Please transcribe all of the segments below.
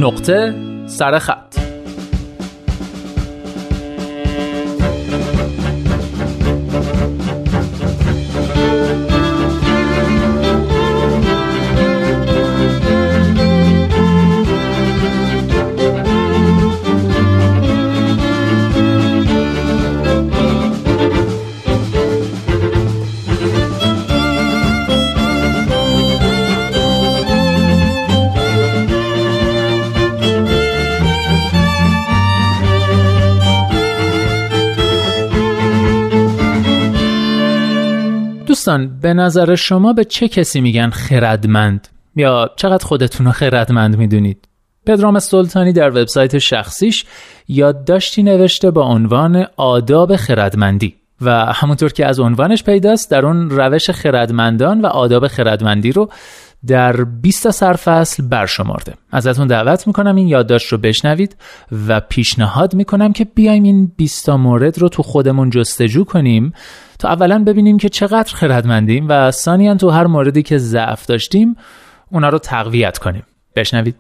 نقطه سر خط. دوستان، به نظر شما به چه کسی میگن خردمند؟ یا چقدر خودتون رو خردمند میدونید؟ پدرام سلطانی در وبسایت شخصیش یادداشتی نوشته با عنوان آداب خردمندی و همونطور که از عنوانش پیداست در اون روش خردمندان و آداب خردمندی رو در 20 سرفصل برشمرده. ازتون دعوت میکنم این یادداشت رو بشنوید و پیشنهاد میکنم که بیایم این 20 مورد رو تو خودمون جستجو کنیم تا اولا ببینیم که چقدر خردمندیم و ثانیاً تو هر موردی که ضعف داشتیم اونا رو تقویت کنیم. بشنوید.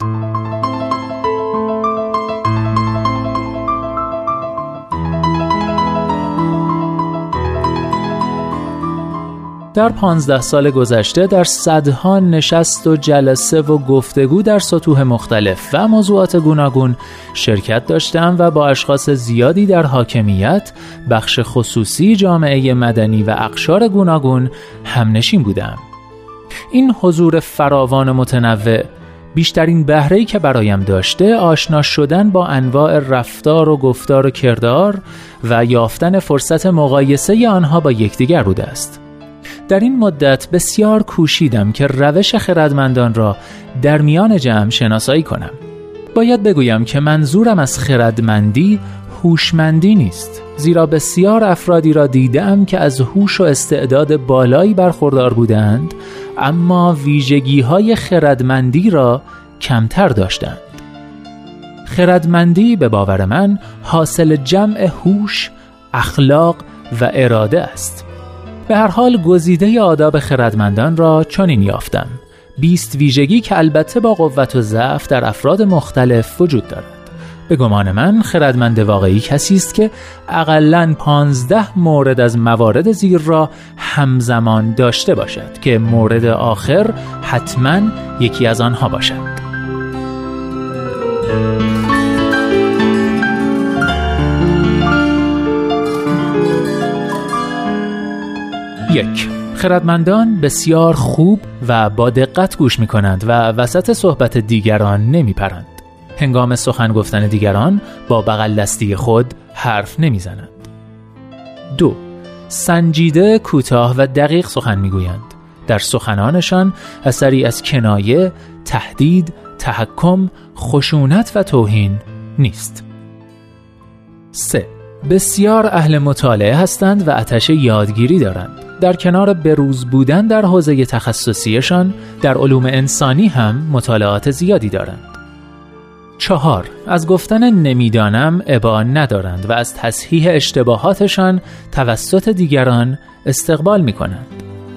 در 15 سال گذشته در صدها نشست و جلسه و گفتگو در سطوح مختلف و موضوعات گوناگون شرکت داشتم و با اشخاص زیادی در حاکمیت، بخش خصوصی، جامعه مدنی و اقشار گوناگون همنشین بودم. این حضور فراوان متنوع بیشترین بهره‌ای که برایم داشته آشنا شدن با انواع رفتار و گفتار و کردار و یافتن فرصت مقایسه آنها با یکدیگر بوده است. در این مدت بسیار کوشیدم که روش خردمندان را در میان جمع شناسایی کنم. باید بگویم که منظورم از خردمندی هوشمندی نیست، زیرا بسیار افرادی را دیدم که از هوش و استعداد بالایی برخوردار بودند اما ویژگی‌های خردمندی را کمتر داشتند. خردمندی به باور من حاصل جمع هوش، اخلاق و اراده است. به هر حال گزیده آداب خردمندان را چنین یافتم: 20 ویژگی که البته با قوت و ضعف در افراد مختلف وجود دارد. به گمان من خردمند واقعی کسی است که اقلاً 15 مورد از موارد زیر را همزمان داشته باشد که مورد آخر حتماً یکی از آنها باشد. 1. خردمندان بسیار خوب و با دقت گوش می کنند و وسط صحبت دیگران نمی پرند. هنگام سخن گفتن دیگران با بغل دستی خود حرف نمی زنند. 2. سنجیده، کوتاه و دقیق سخن می گویند. در سخنانشان اثری از کنایه، تهدید، تحکم، خشونت و توهین نیست. 3. بسیار اهل مطالعه هستند و آتش یادگیری دارند. در کنار بروز بودن در حوزه تخصصیشان، در علوم انسانی هم مطالعات زیادی دارند. 4. از گفتن نمیدانم ابا ندارند و از تصحیح اشتباهاتشان توسط دیگران استقبال می کنند.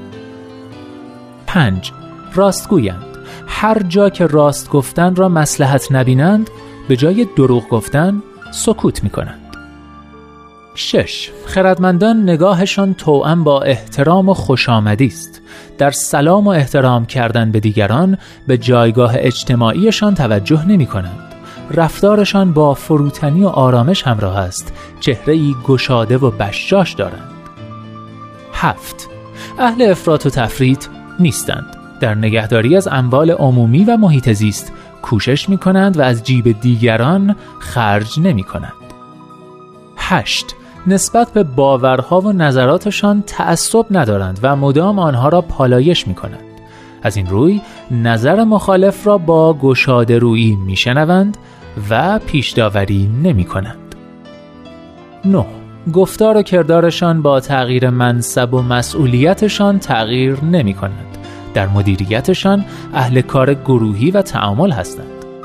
5. راستگویند. هر جا که راست گفتن را مصلحت نبینند، به جای دروغ گفتن سکوت می کنند. 6. خردمندان نگاهشان توأم با احترام و خوشامدی است. در سلام و احترام کردن به دیگران به جایگاه اجتماعیشان توجه نمی کنند. رفتارشان با فروتنی و آرامش همراه است. چهره‌ای گشاده و بشاش دارند. 7. اهل افراط و تفریط نیستند. در نگهداری از اموال عمومی و محیط زیست کوشش می کنند و از جیب دیگران خرج نمی کنند. 8. نسبت به باورها و نظراتشان تعصب ندارند و مدام آنها را پالایش می کنند. از این روی نظر مخالف را با گشاده رویی می شنوند و پیش داوری نمی کنند. 9. گفتار و کردارشان با تغییر منصب و مسئولیتشان تغییر نمی کنند. در مدیریتشان اهل کار گروهی و تعامل هستند.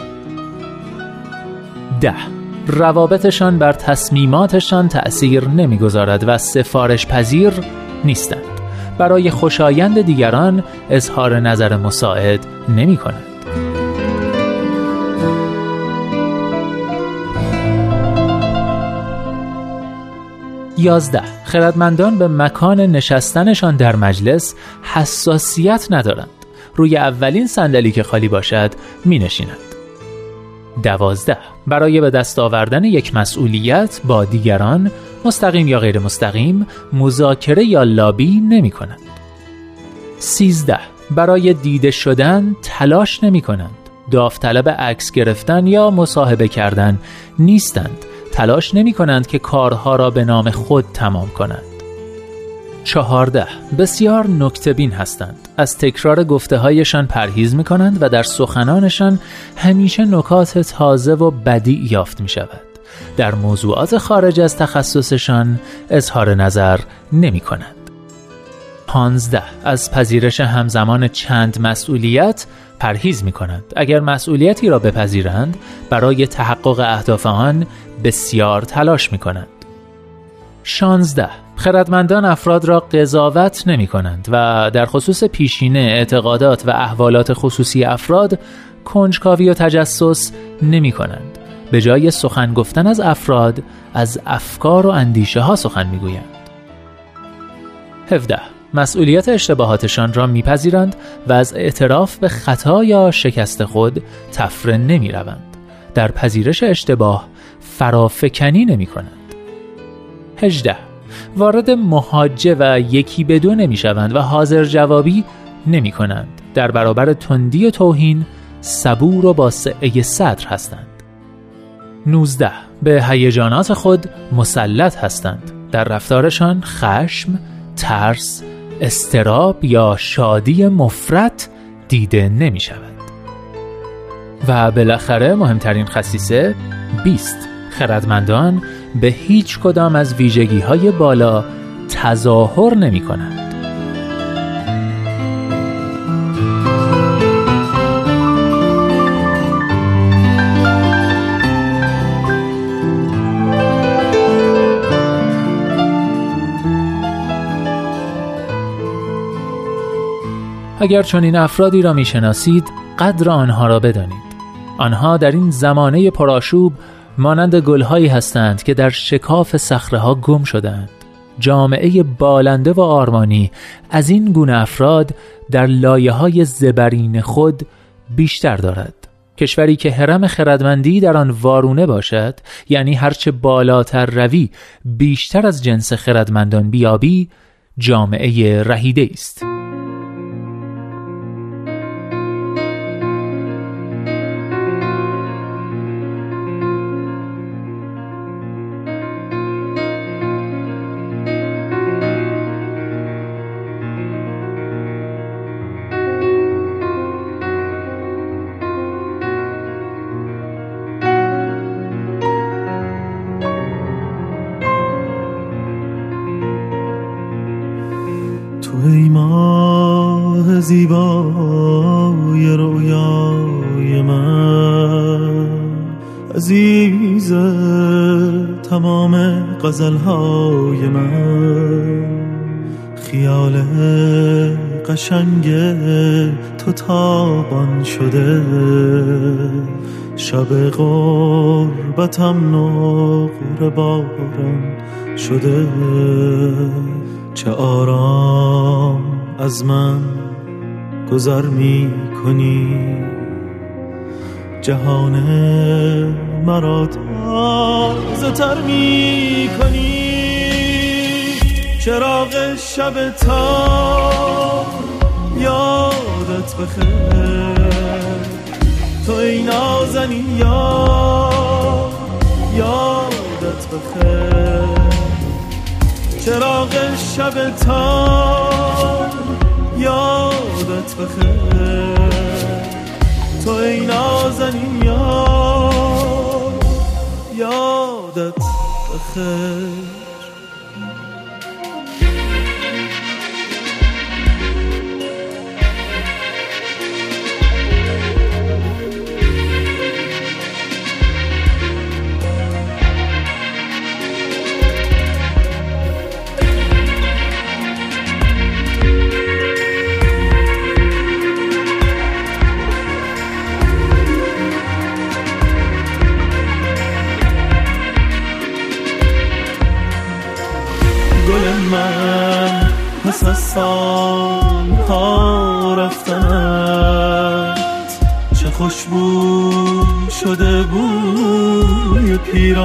10. روابطشان بر تصمیماتشان تأثیر نمی‌گذارد و سفارش پذیر نیستند. برای خوشایند دیگران اظهار نظر مساعد نمی‌کنند. 11. خردمندان به مکان نشستنشان در مجلس حساسیت ندارند. روی اولین صندلی که خالی باشد می نشینند. 12. برای به دست آوردن یک مسئولیت با دیگران مستقیم یا غیر مستقیم مذاکره یا لابی نمی کنند. 13. برای دیده شدن تلاش نمی کنند. داوطلب عکس گرفتن یا مصاحبه کردن نیستند. تلاش نمی کنند که کارها را به نام خود تمام کنند. 14. بسیار نکته‌بین هستند. از تکرار گفته‌هایشان پرهیز می کنند و در سخنانشان همیشه نکات تازه و بدیع یافت می شود. در موضوعات خارج از تخصصشان اظهار نظر نمی کنند. 15. از پذیرش همزمان چند مسئولیت پرهیز می کنند. اگر مسئولیتی را بپذیرند برای تحقق اهداف آن بسیار تلاش می کنند. 16. خردمندان افراد را قضاوت نمی کنند و در خصوص پیشینه، اعتقادات و احوالات خصوصی افراد کنجکاوی و تجسس نمی کنند. به جای سخن گفتن از افراد، از افکار و اندیشه ها سخن می گویند. 17. مسئولیت اشتباهاتشان را میپذیرند و از اعتراف به خطا یا شکست خود تفره نمی روند. در پذیرش اشتباه فرافکنی نمی کنند. 18. وارد محاجه و یکی به دو نمی شوند و حاضر جوابی نمی کنند. در برابر تندی و توهین صبور و با سعه صدر هستند. 19. به هیجانات خود مسلط هستند. در رفتارشان خشم، ترس، اضطراب یا شادی مفرط دیده نمی شود. و بالاخره مهمترین خصیصه 20. خردمندان به هیچ کدام از ویژگی های بالا تظاهر نمی کنند. اگر چنین افرادی را میشناسید قدر آنها را بدانید. آنها در این زمانه پرآشوب مانند گلهایی هستند که در شکاف صخره‌ها گم شدند. جامعه بالنده و آرمانی از این گونه افراد در لایه‌های زبرین خود بیشتر دارد. کشوری که هرم خردمندی در آن وارونه باشد، یعنی هرچه بالاتر روی بیشتر از جنس خردمندان بیابی، جامعه رهیده است. ای ماه زیبای رویای من، عزیز تمام غزلهای من، خیال قشنگ تو تابان شده، شب غربتم نقره باران شده. چه آرام از من گذر می کنی، جهان مرا تازه تر می کنی. چراغ شب تار یادت بخیر، تو ای نازنین یادت بخیر. چراغ شب تار یادت بخیر، تو ای نازنین یادت بخیر. پس از سالها رفتنت چه خوشبو شده بوی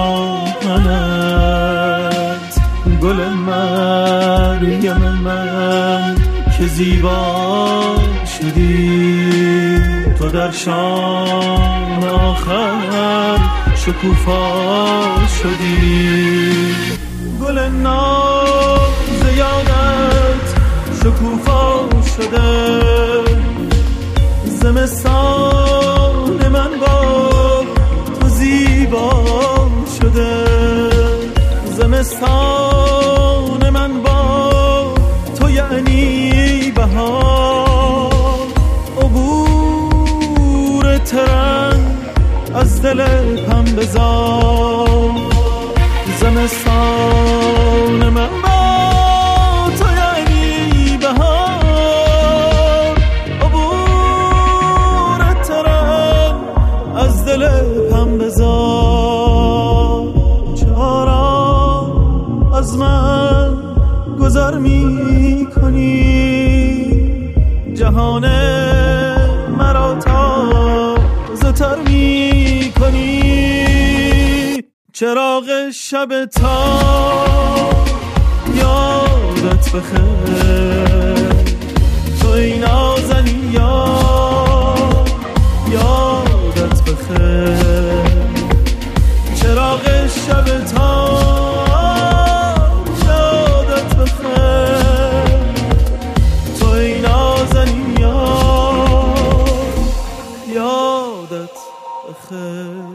پیراهنت. گل مریم من که زیبا شدی، تو در شام آخر شکوفا شدی. گل ناز یادت شکوفا شده، زمستان من با تو زیبا شده. زمستان من با تو یعنی بهار، عبور ترنگ از دل پنبه‌زار. زمستان من با تو یعنی بهار، عبور ترنگ از دل پنبه‌زار. چرا از من گذر می کنی، جهان مرا تازه تر می کنی. چراغ شب تا یادت بخیر، تو این نازنین یادت بخیر. چراغ شب تا یادت بخیر، تو این نازنین یادت بخیر.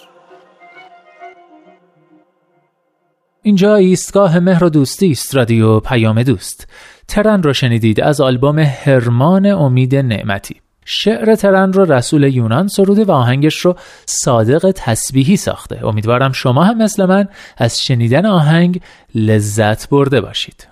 اینجا ایستگاه مهر و دوستی است، رادیو پیام دوست. ترن رو شنیدید از آلبوم هرمان امید نعمتی. شعر ترن رو رسول یونان سروده و آهنگش رو صادق تسبیحی ساخته. امیدوارم شما هم مثل من از شنیدن آهنگ لذت برده باشید.